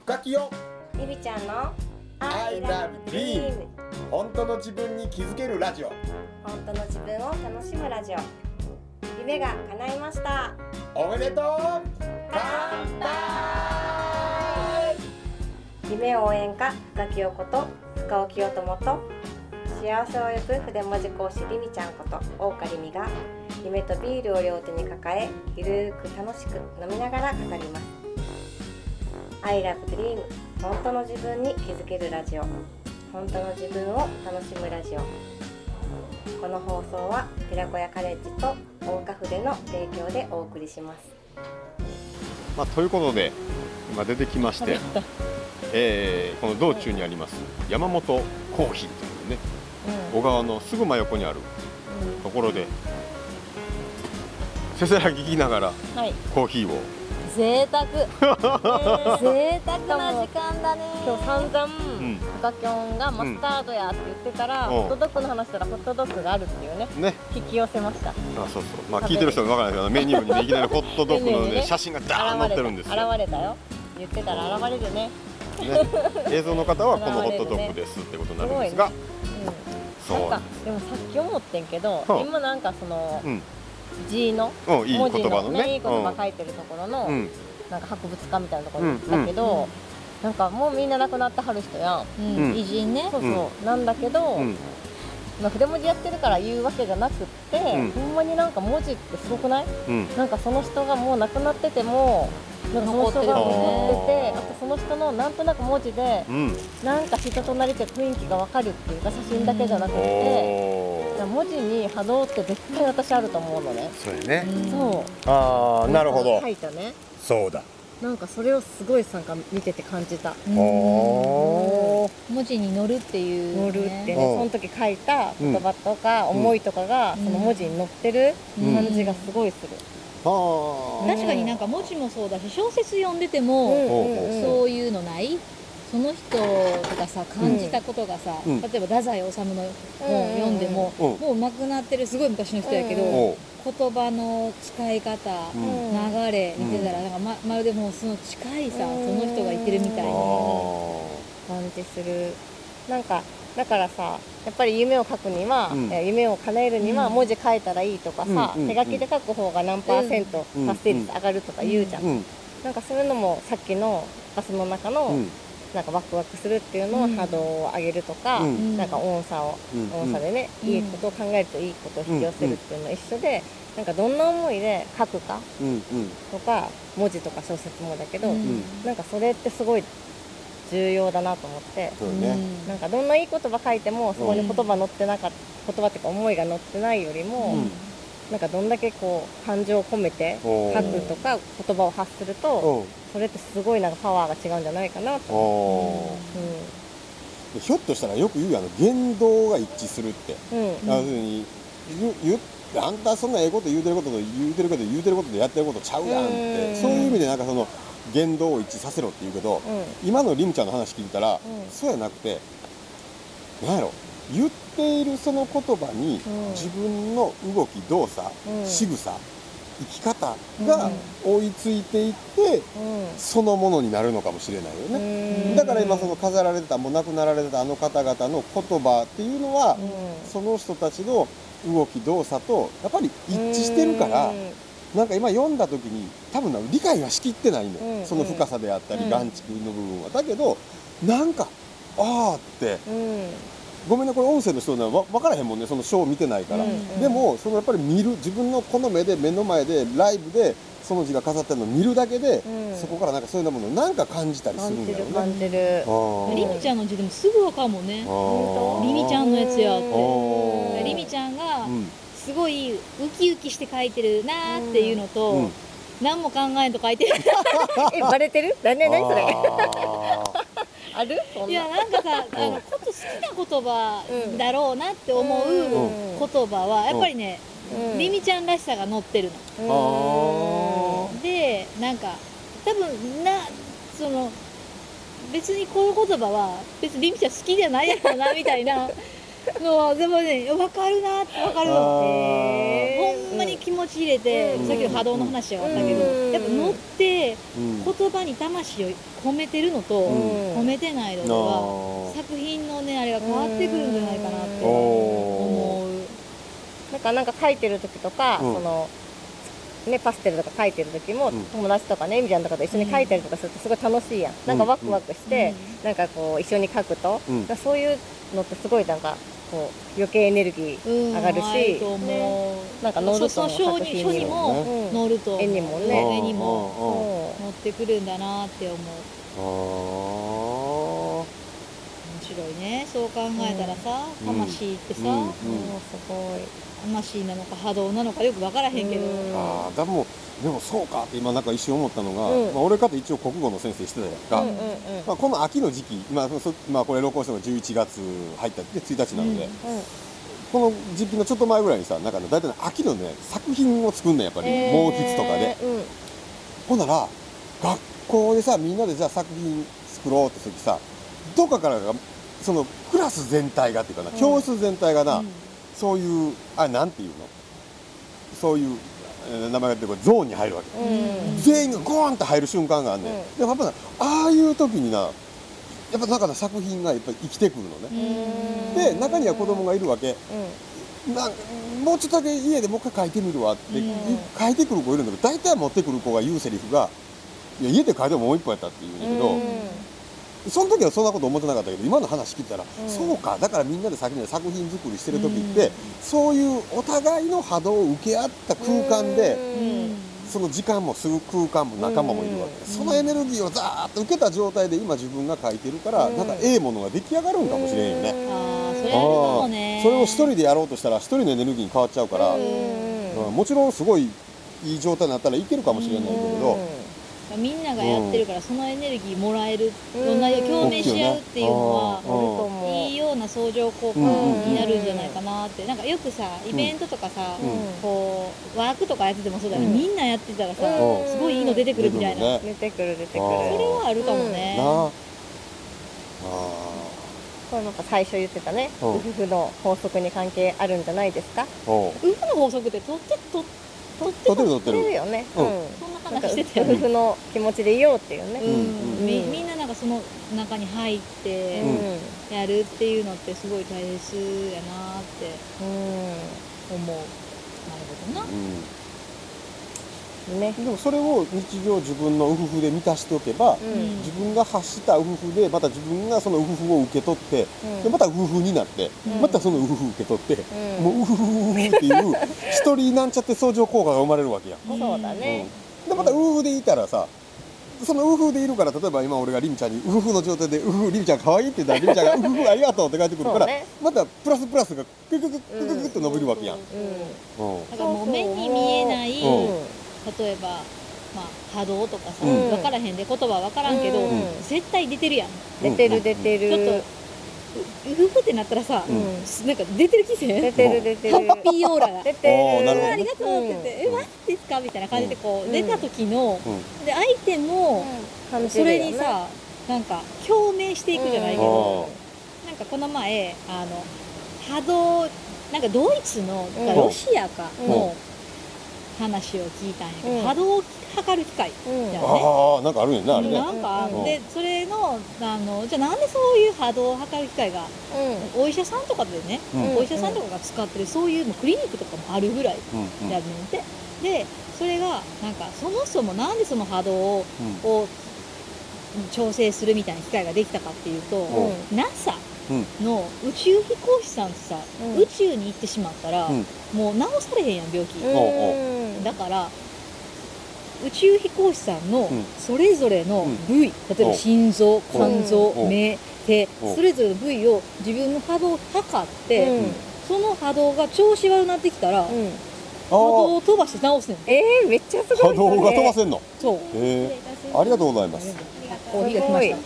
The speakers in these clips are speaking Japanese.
深きよゆりちゃんの I love dream 本当の自分に気づけるラジオ。 本当の自分を楽しむラジオ。夢が叶いました。 おめでとう。乾杯。 夢応援歌深きよこと深尾清友と幸せを呼ぶ筆文字講師りみちゃんこと大岡りみが夢とビールを両手に抱えゆるく楽しく飲みながら語ります。 I love dream 本当の自分に気づけるラジオ。本当の自分を楽しむラジオ。この放送は寺子屋カレッジと大岡筆の提供でお送りします。 ということで今出てきまして、この道中にあります山本コーヒーというね、小川のすぐ真横にあるところで、せせらぎ聞きながらコーヒーを、 贅沢贅沢な時間だね。 今日散々赤きょんがマスタードやって言ってたら、ホットドッグの話したらホットドッグがあるっていうね引き寄せました。 そう聞いてる人は分からないけど、メニューに、ね、いきなりホットドッグの、写真がダーン載ってるんですよ。 現れたよ、言ってたら現れるね。 映像の方はこのホットドッグですってことになるんですが、 なんかでもさっき思ってんけど、今なんかその、字のいい文字言葉のね、 いい言葉書いてるところの、なんか博物館みたいなところに行ったけど、なんかもうみんな亡くなってはる人やん、 偉人ね。 そうなんだけど、筆文字やってるから言うわけじゃなくって、ほんまになんか文字ってすごくない？なんかその人がもう亡くなっててもなんかその人が残ってて、あとその人のなんとなく文字で、なんか人となりって雰囲気がわかるっていうか、写真だけじゃなくて、文字に波動って絶対私あると思うのね。 そうやね。 そう。 なるほど。 書いたね。 そうだ。 なんかそれをすごいなんか見てて感じた。 文字に乗るっていう、 乗るってね、その時書いた言葉とか思いとかがその文字に載ってる感じがすごいする。 確かになんか文字もそうだし、小説読んでてもそういうのない？その人とかさ、感じたことがさ、例えば太宰治の本読んでも、もう亡くなってるすごい昔の人やけど、言葉の使い方、流れ見てたらなんか まるでもうその近いさ、その人が言ってるみたいな感じする。なんかだからさ、やっぱり夢を書くには、夢を叶えるには文字書いたらいいとかさ、手書きで書く方が何%達成率上がるとか言うじゃん。なんかそういうのもさっきのバスの中のなんかワクワクするっていうのを波動を上げるとか、なんか音差でね、いいことを考えるといいことを引き寄せるっていうのと一緒で、なんかどんな思いで書くかとか、文字とか小説もだけど、なんかそれってすごい重要だなと思って、なんかどんないい言葉書いてもそこに言葉乗ってなかった、言葉っていうか思いが乗ってないよりも、なんかどんだけこう感情を込めて書くとか言葉を発すると、それってすごいなんかパワーが違うんじゃないかなと思って、ひょっとしたらよく言うやん、言動が一致するって、要するにあんたそんなこと言うてることでやってることちゃうやんって、そういう意味でなんかその言動を一致させろって言うけど、今のりむちゃんの話聞いたら、そうやなくて、なんやろ、言っているその言葉に自分の動き、動作、仕草、生き方が追いついていって、そのものになるのかもしれないよね。だから今その飾られてた、もう亡くなられてたあの方々の言葉っていうのは、その人たちの動き、動作とやっぱり一致してるから、なんか今読んだ時に多分理解はしきってないの、その深さであったり眼蓄の部分は。だけどなんかって、ごめんね、これ音声の人は分からへんもんね、そのショーを見てないから。でもそのやっぱり見る、自分のこの目で目の前でライブでその字が飾ってるのを見るだけで、そこからなんかそういうものをなんか感じたりするんだよね。 感じる。 りみちゃんの字でもすぐ分かるもんね。りみちゃんのやつやって。りみちゃんがすごいウキウキして書いてるなーっていうのと、何も考えんと書いてる。 バレてる？何それ。ある？ いや、なんかさ、好きな言葉だろうなって思う言葉はやっぱりね、りみちゃんらしさが乗ってるの。で、なんか多分その別にこの言葉は別にりみちゃん好きじゃないやろうなみたいなのは、でもね、分かるなって分かるの。ほんまに気持ち入れて、さっきの波動の話があったけど、やっぱ乗って言葉に魂を込めてるのと、込めてないのとは作品のねあれが変わってくるんじゃないかなって思う。 なんか書いてる時とか、そのね、パステルとか書いてる時も、友達とかね、エミちゃんとかと一緒に書いたりとかするとすごい楽しいやん。なんかワクワクして、なんかこう一緒に書くと、そういうのってすごいなんかこう余計エネルギー上がるし、なんか乗ると思う、作品にも乗ると、 絵にもね、 絵にも乗ってくるんだなって思う。面白いね、そう考えたらさ、魂ってさ、すごい。魂なのか波動なのかよく分からへんけど、 でもそうかって今なんか一瞬思ったのが、俺かって一応国語の先生してたやんか、この秋の時期、これ録音したのが11月入ったって1日なので、この時期のちょっと前ぐらいにさ、なんか大体秋のね作品を作んねん、やっぱり毛筆とかで。ほんなら学校でさ、みんなでじゃあ作品作ろうって時さ、どっかからがそのクラス全体がっていうかな、教室全体がな、そういうなんていうの、そういう名前が出てゾーンに入るわけ、全員がゴーンと入る瞬間があんねん。でもやっぱああいう時にな、やっぱ中の作品がやっぱり生きてくるのね。で中には子供がいるわけ、もうちょっとだけ家でもう一回書いてみるわって、書いてくる子いるんだけど、大体持ってくる子が言うセリフが「いや家で書いてももう一本やった」って言うんだけど、その時はそんなこと思ってなかったけど、今の話聞いたら、そうか、だからみんなで先に作品作りしてる時って、そういうお互いの波動を受け合った空間で、その時間もすぐ空間も仲間もいるわけ、そのエネルギーをザーッと受けた状態で今自分が書いてるから、なんかええものが出来上がるんかもしれんよね。 それあるかもね。 それを一人でやろうとしたら一人のエネルギーに変わっちゃうから、もちろんすごいいい状態になったらいけるかもしれないけれど、 みんながやってるからそのエネルギーもらえる、同じ共鳴し合うっていうのはいいような相乗効果になるんじゃないかなって。なんかよくさイベントとかさ、こうワークとかやっててもそうだよね、みんなやってたらさすごいいいの出てくるみたいな、 出てくるそれはあるかもね。 これなんか最初言ってたね、ウフフの法則に関係あるんじゃないですか。 ウフの法則って取ってるよね。 そんな話してたよね。ウフフの気持ちでいようっていうね。 みんななんかその中に入ってやるっていうのってすごい大切やなって思う。なるほどな。 ね、 でもそれを日常自分のウフフで満たしておけば、自分が発したウフフでまた自分がそのウフフを受け取って、でまたウフフになって、またそのウフフ受け取って、もうウフフウフフっていう一人なんちゃって相乗効果が生まれるわけや。 そうだね。 でまたウフフでいたらさ、そのウフフでいるから、例えば今俺がリミちゃんにウフフの状態でウフフリミちゃん可愛いって言ったらリミちゃんがウフフありがとうって返ってくるから、またプラスプラスがクククククククと伸びるわけやん。 だからもう目に見えない、例えば、波動とかさ、分からへんで言葉分からんけど、絶対出てるやん。 出てる出てる。 ちょっとウフフってなったらさ、なんか出てる気せん？ 出てる出てる。 ハッピーオーラが出てる。 ありがとうって言ってマジですかみたいな感じでこう出た時ので相手もそれにさなんか共鳴していくじゃないけど、なんかこの前波動なんかドイツのロシアかの話を聞いたんやけど、波動を測る機械じゃね。 なんかあるんやな、あれね。 なんかでそれのじゃあなんでそういう波動を測る機械が、お医者さんとかでね、お医者さんとかが使ってるそういうクリニックとかもあるぐらいやねんて。でそれがなんかそもそもなんでその波動を調整するみたいな機械ができたかっていうと、NASAの宇宙飛行士さんってさ、宇宙に行ってしまったら、もう治されへんやん病気、だから宇宙飛行士さんのそれぞれの部位、例えば心臓、肝臓、目、手、それぞれの部位を自分の波動を測って、その波動が調子悪くなってきたら、波動を飛ばして直すねん。 めっちゃすごい。 波動が飛ばせんの。 そう。 ありがとうございます。 コーヒーが来ました。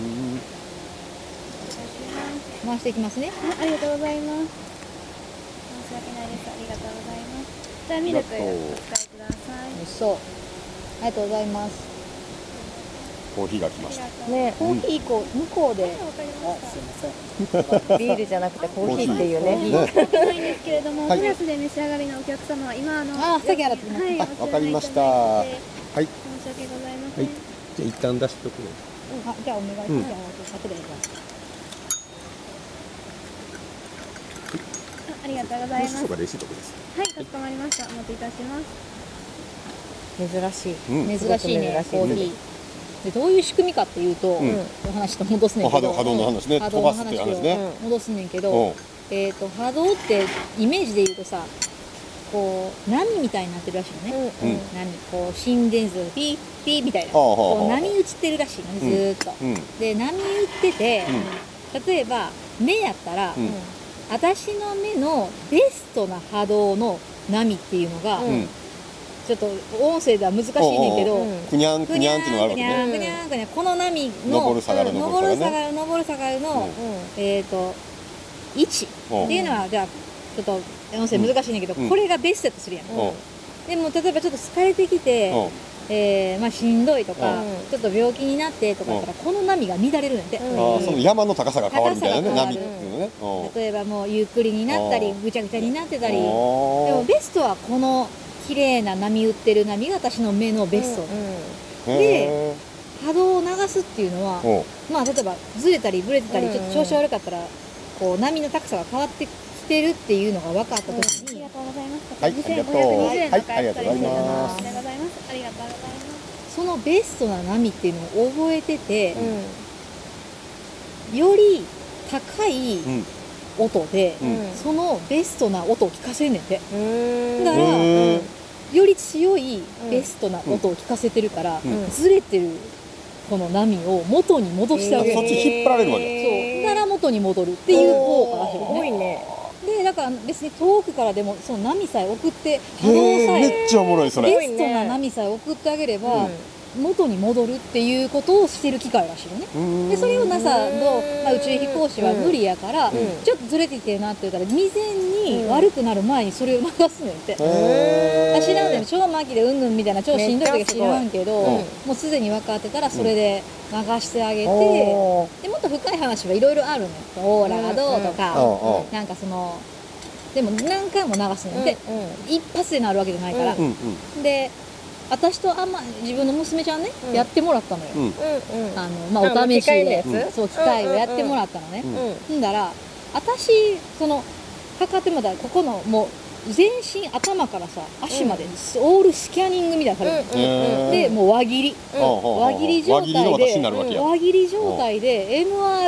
回していきますね。 ありがとうございます。申し訳ないです。ありがとうございます。じゃあミルクお使いください。 そう。ありがとうございます。 コーヒーが来ました。 ね、 コーヒー向こうで。 すいません。 ビールじゃなくてコーヒーっていうね。 ないんですけれども、テラスで召し上がりのお客様は今さっき洗ってきました。 わかりました。はい。 申し訳ございません。 じゃあ一旦出しとくね。 あ、じゃあお願いします。 うんじゃあ後でやります。 ありがとうございます。 とかレシートです。 はい、かしこまりました。お持ちいたします。 珍しい。 うん。 珍しいね、 すごく珍しいコーヒー。でどういう仕組みかっていうと、 んこの話と戻すねんけど、 波動の話ね。 波動の飛ばすっていう話ね。 戻すねんけど、 うん。 波動ってイメージで言うとさ、こう波みたいになってるらしいのね。 うん波、こう心電図ピーピーみたいな、 はあはあこう波打ちってるらしいのね、ずーっと。 うん。 で波打ってて、例えば目やったら、 うん私の目のベストな波動の波っていうのが、 うん。 ちょっと音声では難しいねんけど、 うんくにゃんくにゃんっていうのがあるわけね。 ぐにゃんぐにゃんこの波の上る下がる上る下がる上る下がるの、位置うんっていうのはじゃあちょっと音声難しいねんけど、 うんこれがベストだとするやん、 うん。 でも例えばちょっと疲れてきて、まあしんどいとか、 うんちょっと病気になってとかだったら、この波が乱れるんやって、 うんああ、その山の高さが変わるみたいなね、 高さが波っ変わるていうのね。うん。 例えばもうゆっくりになったりうんぐちゃぐちゃになってたり、 ででもベストはこの綺麗な波打ってる波が私の目のベスト、 へ波動を流すっていうのは、 ーまあ例えばずれたりブレてたり、 うんちょっと調子悪かったらこう波の高さが変わってきてるっていうのが分かった時ありに、 がとうございます。 はい 2520円のはい買ありがとうございますありがとうございます。ありがとうございます。 そのベストな波っていうのを覚えてて、 うより高いうん。 音で、 うんそのベストな音を聞かせんねんて、 んだからへより強いベストな音を聞かせてるから、 うんずれてるこの波を元に戻してあげる、 そっち引っ張られるわそうだから元に戻るっていう効果らしいすのね。 ごいね。 でだから別に遠くからでもその波さえ送って波動へさえめっちゃおもろいそれ。 ベストな波さえ送ってあげれば、元に戻るっていうことをしてる機械らしいよね。でそれを NASA の、まあ、宇宙飛行士は無理やから、ちょっとずれてきてるなって言ったら未然に悪くなる前にそれを流すねんって。知らんねん、超末期でうんぬんみたいな超しんどい時は知らんけど、 うんもうすでに分かってたらそれで流してあげて、 おーでもっと深い話はいろいろあるのよ。オーラがどうとか、 うんうんなんかそのでも何回も流すねんで、一発でなるわけじゃないから、 うんうんで私と自分の娘ちゃんね、 うんやってもらったのよ、 うんまあ、お試しで、 機械のやつそう機械をやってもらったのね、 うんんだら私その測ってもらったらここのもう全身頭からさ足までオールスキャニングみたいなのされる、でもう輪切り輪切り状輪切りの態私になるわけや。 で輪切り状態で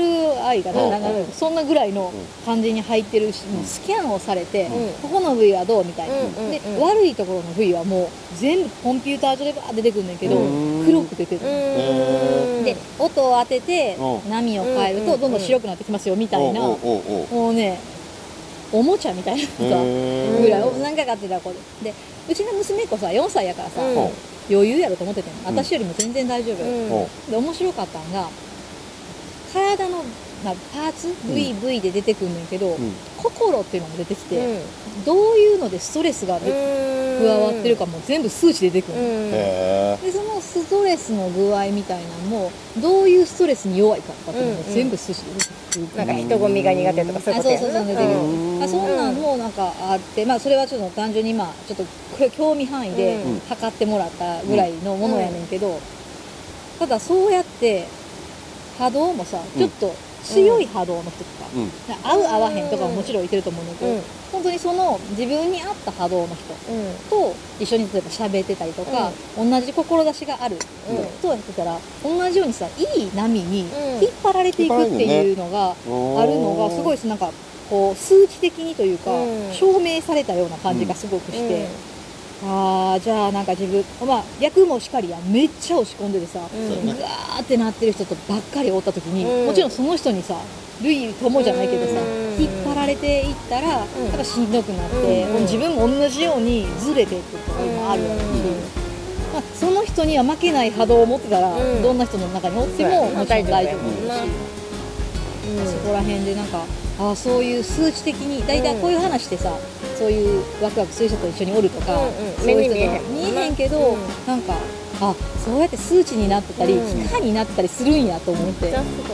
MRI がうんなんかそんなぐらいの感じに入ってるし、もうスキャンをされて、 うんここの部位はどうみたいな、でうん悪いところの部位はもう全部コンピューター上でバーって出てくるんだけどうん黒く出てる、で音を当ててうん波を変えるとどんどん白くなってきますよみたいな、 おうおうおうおうもうねおもちゃみたいなさへーぐらい何回かってた子でうちの娘っ子さ4歳やからさ、 うん余裕やろと思っててん私よりも全然大丈夫、 おうで面白かったんが体の、まあ、パーツ部位部位で出てくるんだけど、 うん心っていうのも出てきて、どういうのでストレスが、加わってるかも全部数値で出てくる、 へでそのストレスの具合みたいなのもどういうストレスに弱いかとかっていうのも全部数値で出てくる、 なんか人混みが苦手とかそういうことやそうそうそう出てくる、そんなんもなんかあって、まあそれはちょっと単純にまあちょっと興味範囲でうん測ってもらったぐらいのものやねんけど、ただそうやって波動もさちょっと強い波動の人とか、 うん合う合わへんとかももちろんいてると思うんだけど、 うん本当にその自分に合った波動の人と一緒に例えば喋ってたりとか、同じ志がある人とやってたら同じようにさいい波に引っ張られていくっていうのがあるのがすごいなんかこう数値的にというか証明されたような感じがすごくして、ああじゃあなんか自分まあ役もしかりやめっちゃ押し込んでてさ、ぐわーってなってる人とばっかりおった時に、もちろんその人にさ類友じゃないけどさ、引っ張られていったら、やっぱしんどくなって、もう自分も同じようにずれていくこともあるわけで、まあ、その人には負けない波動を持ってたら、どんな人の中におってももちろん大丈夫だし、そこら辺でなんかそういう数値的に大体こういう話ってさ、そういうワクワクする人と一緒におるとか、そういう人と見えへんけど、なんかそうやって数値になってたり、機械になってたりするんやと思って。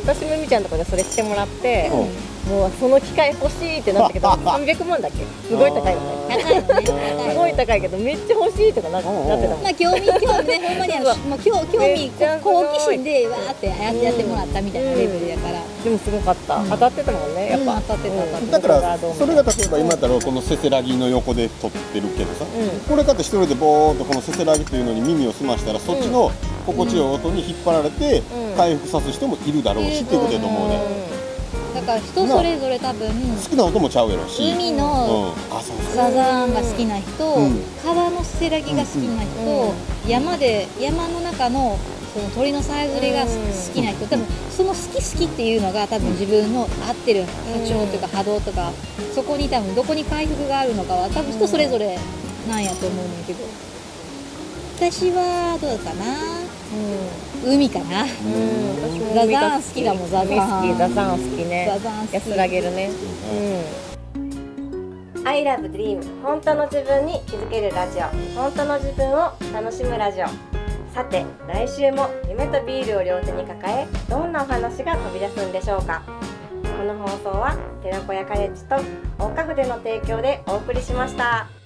私もみちゃんのとこでそれしてもらって、もうその機械欲しいってなったけど300万だっけ、すごい高いよね。 高いよね。 すごい高いけどめっちゃ欲しいとかなってたもん。 まあ興味ね、ほんまにもう興味好奇心でわーってやってもらったみたいなレベルやから。 でもすごかった。当たってたもんね。やっぱ当たってた。 だからそれが例えば今だったらこのせせらぎの横で撮ってるけどさ、これかって一人でボーっとこのせせらぎというのに耳を澄ましたらそっちの心地よい音に引っ張られて回復さす人もいるだろうしっていうことやと思うね。 だから人それぞれ多分好きな音もちゃうやろし、 海のサザンが好きな人、川のせせらぎが好きな人、山の中のその鳥のさえずりが好きな人、多分その好きっていうのが多分自分の合ってる波長というか波動とか、そこに多分どこに回復があるのかは多分人それぞれなんやと思うんだけど、私はどうかな、海かな。ザザン好きだもん。ザザン好きね。 安らげるね。I love dream 本当の自分に気づけるラジオ、本当の自分を楽しむラジオ。さて来週も夢とビールを両手に抱え、どんなお話が飛び出すんでしょうか。この放送は寺子屋カレッジと大花筆の提供でお送りしました。